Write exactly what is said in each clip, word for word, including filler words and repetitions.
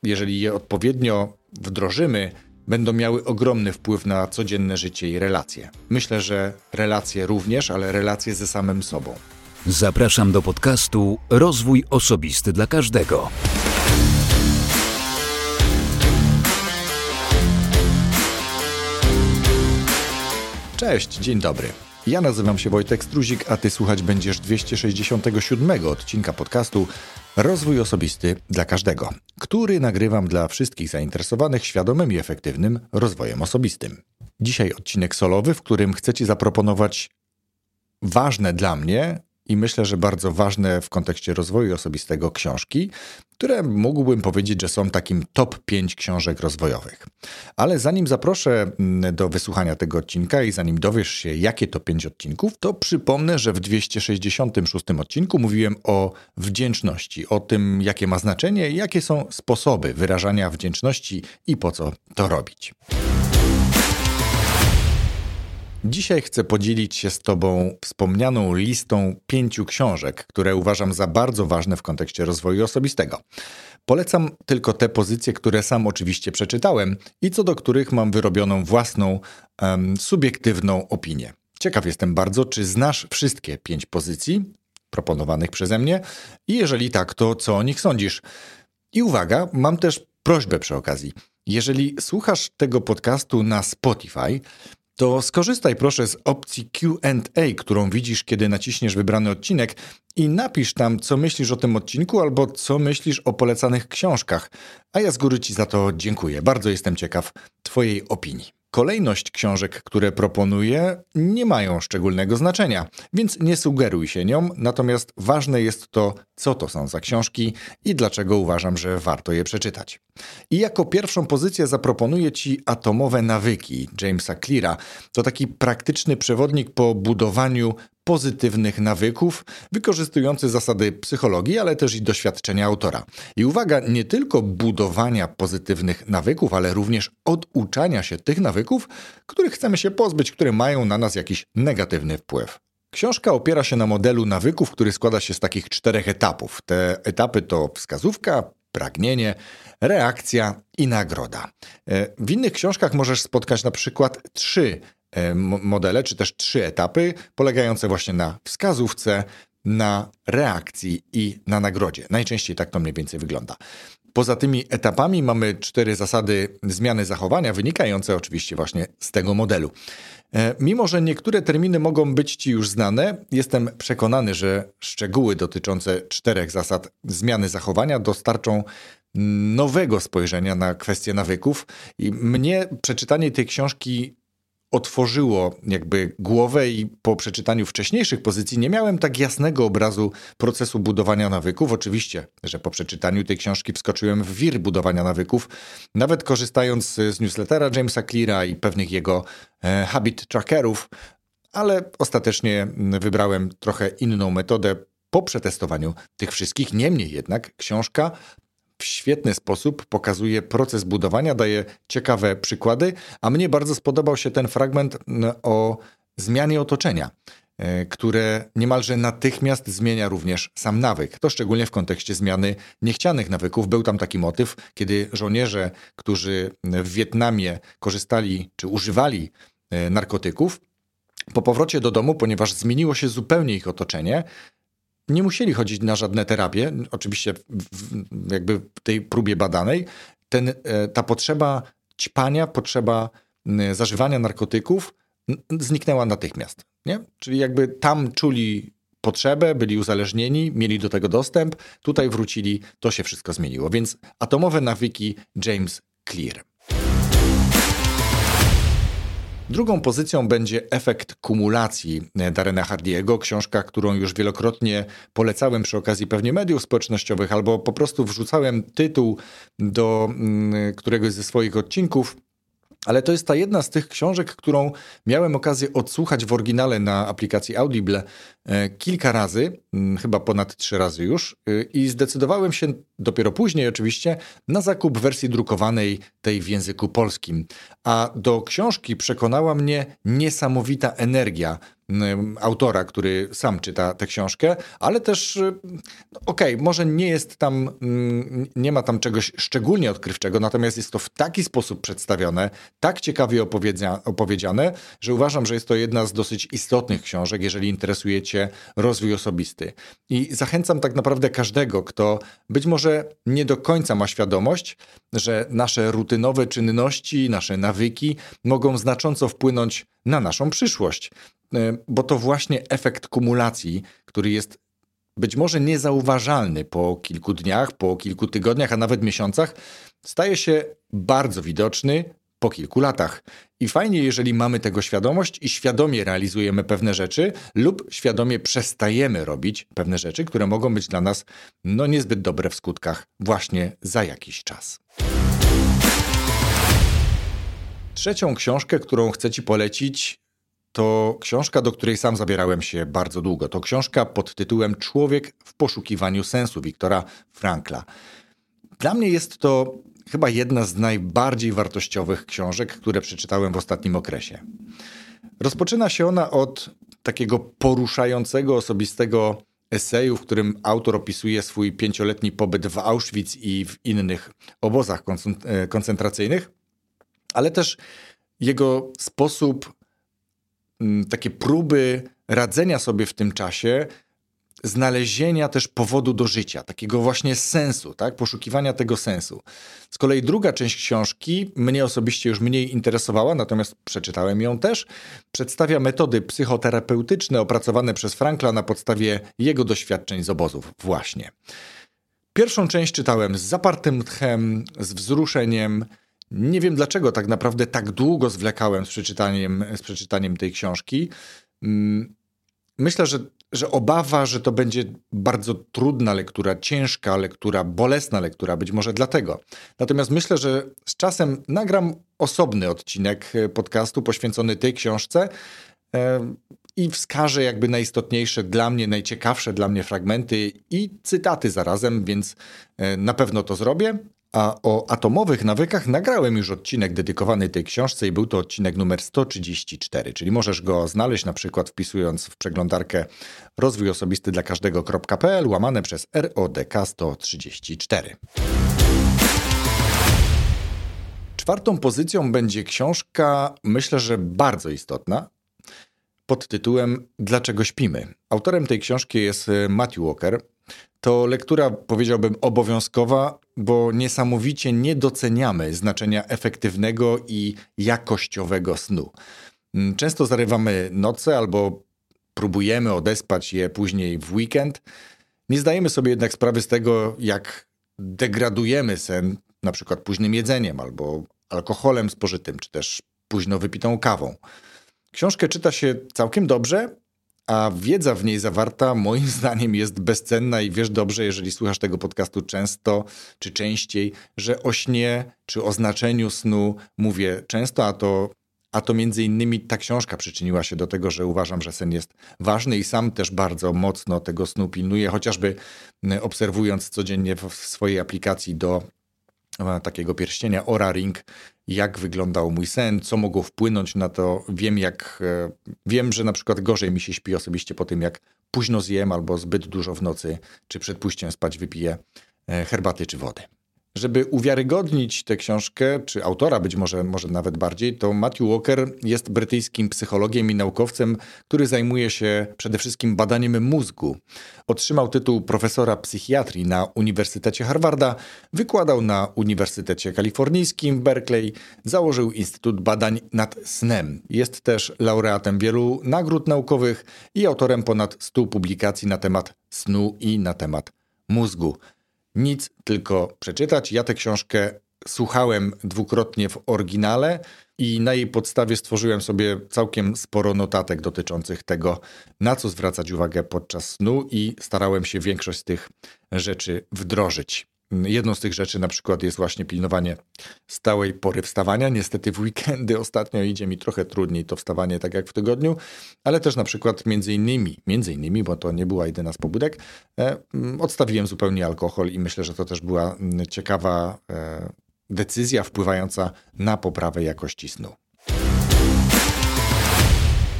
jeżeli je odpowiednio wdrożymy, będą miały ogromny wpływ na codzienne życie i relacje. Myślę, że relacje również, ale relacje ze samym sobą. Zapraszam do podcastu Rozwój Osobisty dla Każdego. Cześć, dzień dobry. Ja nazywam się Wojtek Struzik, a Ty słuchać będziesz dwieście sześćdziesiątego siódmego odcinka podcastu Rozwój Osobisty dla Każdego, który nagrywam dla wszystkich zainteresowanych świadomym i efektywnym rozwojem osobistym. Dzisiaj odcinek solowy, w którym chcę Ci zaproponować ważne dla mnie i myślę, że bardzo ważne w kontekście rozwoju osobistego książki, które mógłbym powiedzieć, że są takim top pięć książek rozwojowych. Ale zanim zaproszę do wysłuchania tego odcinka i zanim dowiesz się, jakie to pięć odcinków, to przypomnę, że w dwieście sześćdziesiątym szóstym odcinku mówiłem o wdzięczności, o tym, jakie ma znaczenie i jakie są sposoby wyrażania wdzięczności i po co to robić. Dzisiaj chcę podzielić się z Tobą wspomnianą listą pięciu książek, które uważam za bardzo ważne w kontekście rozwoju osobistego. Polecam tylko te pozycje, które sam oczywiście przeczytałem i co do których mam wyrobioną własną, um, subiektywną opinię. Ciekaw jestem bardzo, czy znasz wszystkie pięć pozycji proponowanych przeze mnie i jeżeli tak, to co o nich sądzisz? I uwaga, mam też prośbę przy okazji. Jeżeli słuchasz tego podcastu na Spotify, to skorzystaj proszę z opcji Q and A, którą widzisz, kiedy naciśniesz wybrany odcinek i napisz tam, co myślisz o tym odcinku albo co myślisz o polecanych książkach, a ja z góry Ci za to dziękuję. Bardzo jestem ciekaw Twojej opinii. Kolejność książek, które proponuję, nie mają szczególnego znaczenia, więc nie sugeruj się nią, natomiast ważne jest to, co to są za książki i dlaczego uważam, że warto je przeczytać. I jako pierwszą pozycję zaproponuję Ci Atomowe nawyki Jamesa Cleara. To taki praktyczny przewodnik po budowaniu pozytywnych nawyków, wykorzystujący zasady psychologii, ale też i doświadczenia autora. I uwaga, nie tylko budowania pozytywnych nawyków, ale również oduczania się tych nawyków, których chcemy się pozbyć, które mają na nas jakiś negatywny wpływ. Książka opiera się na modelu nawyków, który składa się z takich czterech etapów. Te etapy to wskazówka, pragnienie, reakcja i nagroda. W innych książkach możesz spotkać na przykład trzy modele, czy też trzy etapy, polegające właśnie na wskazówce, na reakcji i na nagrodzie. Najczęściej tak to mniej więcej wygląda. Poza tymi etapami mamy cztery zasady zmiany zachowania, wynikające oczywiście właśnie z tego modelu. Mimo że niektóre terminy mogą być Ci już znane, jestem przekonany, że szczegóły dotyczące czterech zasad zmiany zachowania dostarczą nowego spojrzenia na kwestię nawyków i mnie przeczytanie tej książki otworzyło jakby głowę i po przeczytaniu wcześniejszych pozycji nie miałem tak jasnego obrazu procesu budowania nawyków. Oczywiście, że po przeczytaniu tej książki wskoczyłem w wir budowania nawyków, nawet korzystając z newslettera Jamesa Cleara i pewnych jego e, habit trackerów, ale ostatecznie wybrałem trochę inną metodę po przetestowaniu tych wszystkich. Niemniej jednak książka w świetny sposób pokazuje proces budowania, daje ciekawe przykłady, a mnie bardzo spodobał się ten fragment o zmianie otoczenia, które niemalże natychmiast zmienia również sam nawyk. To szczególnie w kontekście zmiany niechcianych nawyków. Był tam taki motyw, kiedy żołnierze, którzy w Wietnamie korzystali czy używali narkotyków, po powrocie do domu, ponieważ zmieniło się zupełnie ich otoczenie, nie musieli chodzić na żadne terapie, oczywiście w, jakby w tej próbie badanej, ten, ta potrzeba ćpania, potrzeba zażywania narkotyków zniknęła natychmiast. Nie? Czyli jakby tam czuli potrzebę, byli uzależnieni, mieli do tego dostęp, tutaj wrócili, to się wszystko zmieniło. Więc Atomowe nawyki James Clear. Drugą pozycją będzie Efekt kumulacji Darrena Hardy'ego, książka, którą już wielokrotnie polecałem przy okazji pewnie mediów społecznościowych, albo po prostu wrzucałem tytuł do któregoś ze swoich odcinków. Ale to jest ta jedna z tych książek, którą miałem okazję odsłuchać w oryginale na aplikacji Audible kilka razy, chyba ponad trzy razy już, i zdecydowałem się dopiero później oczywiście na zakup wersji drukowanej tej w języku polskim. A do książki przekonała mnie niesamowita energia autora, który sam czyta tę książkę, ale też, okej, okay, może nie jest tam, nie ma tam czegoś szczególnie odkrywczego, natomiast jest to w taki sposób przedstawione, tak ciekawie opowiedziane, że uważam, że jest to jedna z dosyć istotnych książek, jeżeli interesuje cię rozwój osobisty. I zachęcam tak naprawdę każdego, kto być może nie do końca ma świadomość, że nasze rutynowe czynności, nasze nawyki mogą znacząco wpłynąć na naszą przyszłość. Bo to właśnie efekt kumulacji, który jest być może niezauważalny po kilku dniach, po kilku tygodniach, a nawet miesiącach, staje się bardzo widoczny po kilku latach. I fajnie, jeżeli mamy tego świadomość i świadomie realizujemy pewne rzeczy lub świadomie przestajemy robić pewne rzeczy, które mogą być dla nas no niezbyt dobre w skutkach właśnie za jakiś czas. Trzecią książkę, którą chcę ci polecić, to książka, do której sam zabierałem się bardzo długo. To książka pod tytułem Człowiek w poszukiwaniu sensu Wiktora Frankla. Dla mnie jest to chyba jedna z najbardziej wartościowych książek, które przeczytałem w ostatnim okresie. Rozpoczyna się ona od takiego poruszającego, osobistego eseju, w którym autor opisuje swój pięcioletni pobyt w Auschwitz i w innych obozach koncentracyjnych, ale też jego sposób, takie próby radzenia sobie w tym czasie, znalezienia też powodu do życia, takiego właśnie sensu, tak? Poszukiwania tego sensu. Z kolei druga część książki mnie osobiście już mniej interesowała, natomiast przeczytałem ją też. Przedstawia metody psychoterapeutyczne opracowane przez Frankla na podstawie jego doświadczeń z obozów właśnie. Pierwszą część czytałem z zapartym tchem, z wzruszeniem. Nie wiem dlaczego tak naprawdę tak długo zwlekałem z przeczytaniem, z przeczytaniem tej książki. Myślę, że, że obawa, że to będzie bardzo trudna lektura, ciężka lektura, bolesna lektura, być może dlatego. Natomiast myślę, że z czasem nagram osobny odcinek podcastu poświęcony tej książce i wskażę jakby najistotniejsze dla mnie, najciekawsze dla mnie fragmenty i cytaty zarazem, więc na pewno to zrobię. A o atomowych nawykach nagrałem już odcinek dedykowany tej książce i był to odcinek numer sto trzydzieści cztery, czyli możesz go znaleźć na przykład wpisując w przeglądarkę rozwój osobisty dla każdego.pl łamane przez R O D K sto trzydzieści cztery. Czwartą pozycją będzie książka, myślę, że bardzo istotna, pod tytułem Dlaczego śpimy? Autorem tej książki jest Matthew Walker. To lektura, powiedziałbym, obowiązkowa, bo niesamowicie nie doceniamy znaczenia efektywnego i jakościowego snu. Często zarywamy noce albo próbujemy odespać je później w weekend. Nie zdajemy sobie jednak sprawy z tego, jak degradujemy sen, na przykład późnym jedzeniem albo alkoholem spożytym, czy też późno wypitą kawą. Książkę czyta się całkiem dobrze, a wiedza w niej zawarta moim zdaniem jest bezcenna i wiesz dobrze, jeżeli słuchasz tego podcastu często czy częściej, że o śnie czy o znaczeniu snu mówię często, a to, a to między innymi ta książka przyczyniła się do tego, że uważam, że sen jest ważny i sam też bardzo mocno tego snu pilnuję, chociażby obserwując codziennie w swojej aplikacji do takiego pierścienia Oura Ring, jak wyglądał mój sen, co mogło wpłynąć na to. Wiem, jak, wiem, że na przykład gorzej mi się śpi osobiście po tym, jak późno zjem albo zbyt dużo w nocy, czy przed pójściem spać wypiję herbaty czy wody. Żeby uwiarygodnić tę książkę, czy autora być może, może nawet bardziej, to Matthew Walker jest brytyjskim psychologiem i naukowcem, który zajmuje się przede wszystkim badaniem mózgu. Otrzymał tytuł profesora psychiatrii na Uniwersytecie Harvarda, wykładał na Uniwersytecie Kalifornijskim w Berkeley, założył Instytut Badań nad Snem. Jest też laureatem wielu nagród naukowych i autorem ponad stu publikacji na temat snu i na temat mózgu. Nic, tylko przeczytać. Ja tę książkę słuchałem dwukrotnie w oryginale i na jej podstawie stworzyłem sobie całkiem sporo notatek dotyczących tego, na co zwracać uwagę podczas snu i starałem się większość z tych rzeczy wdrożyć. Jedną z tych rzeczy na przykład jest właśnie pilnowanie stałej pory wstawania. Niestety w weekendy ostatnio idzie mi trochę trudniej to wstawanie tak jak w tygodniu, ale też na przykład między innymi, między innymi, bo to nie była jedyna z pobudek, e, odstawiłem zupełnie alkohol i myślę, że to też była ciekawa e, decyzja wpływająca na poprawę jakości snu.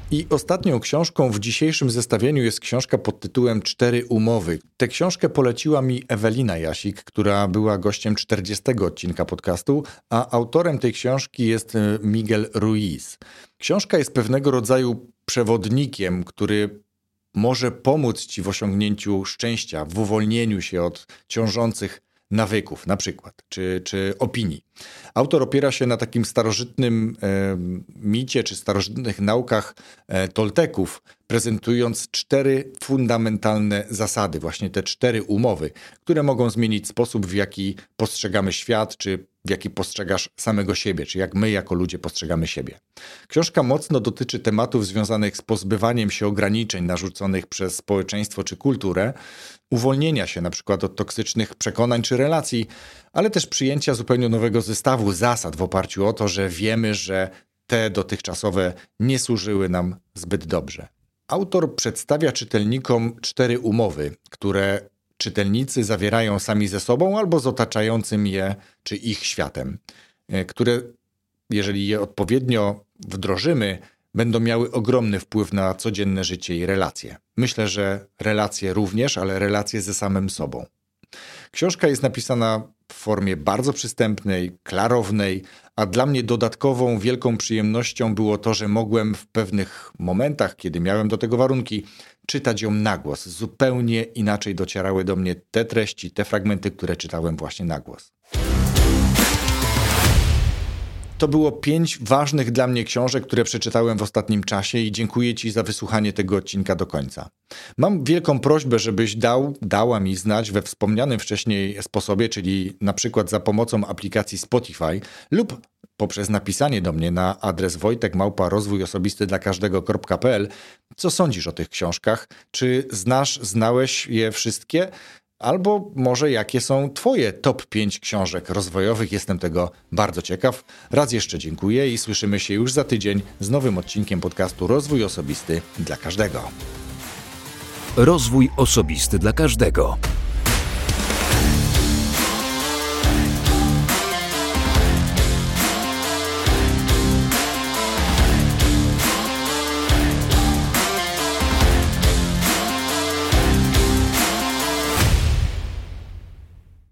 I ostatnią książką w dzisiejszym zestawieniu jest książka pod tytułem Cztery umowy. Tę książkę poleciła mi Ewelina Jasik, która była gościem czterdziestego odcinka podcastu, a autorem tej książki jest Miguel Ruiz. Książka jest pewnego rodzaju przewodnikiem, który może pomóc ci w osiągnięciu szczęścia, w uwolnieniu się od ciążących nawyków na przykład, czy, czy opinii. Autor opiera się na takim starożytnym e, micie, czy starożytnych naukach e, Tolteków, prezentując cztery fundamentalne zasady, właśnie te cztery umowy, które mogą zmienić sposób, w jaki postrzegamy świat, czy w jaki postrzegasz samego siebie, czy jak my jako ludzie postrzegamy siebie. Książka mocno dotyczy tematów związanych z pozbywaniem się ograniczeń narzuconych przez społeczeństwo czy kulturę, uwolnienia się na przykład od toksycznych przekonań czy relacji, ale też przyjęcia zupełnie nowego zestawu zasad w oparciu o to, że wiemy, że te dotychczasowe nie służyły nam zbyt dobrze. Autor przedstawia czytelnikom cztery umowy, które czytelnicy zawierają sami ze sobą albo z otaczającym je czy ich światem, które, jeżeli je odpowiednio wdrożymy, będą miały ogromny wpływ na codzienne życie i relacje. Myślę, że relacje również, ale relacje ze samym sobą. Książka jest napisana w formie bardzo przystępnej, klarownej, a dla mnie dodatkową wielką przyjemnością było to, że mogłem w pewnych momentach, kiedy miałem do tego warunki, czytać ją na głos. Zupełnie inaczej docierały do mnie te treści, te fragmenty, które czytałem właśnie na głos. To było pięć ważnych dla mnie książek, które przeczytałem w ostatnim czasie i dziękuję Ci za wysłuchanie tego odcinka do końca. Mam wielką prośbę, żebyś dał, dała mi znać we wspomnianym wcześniej sposobie, czyli na przykład za pomocą aplikacji Spotify lub poprzez napisanie do mnie na adres wojtek małpa rozwój osobisty dla każdego kropka pe el. Co sądzisz o tych książkach? Czy znasz, znałeś je wszystkie? Albo może jakie są Twoje top pięć książek rozwojowych? Jestem tego bardzo ciekaw. Raz jeszcze dziękuję i słyszymy się już za tydzień z nowym odcinkiem podcastu Rozwój Osobisty dla Każdego. Rozwój Osobisty dla Każdego.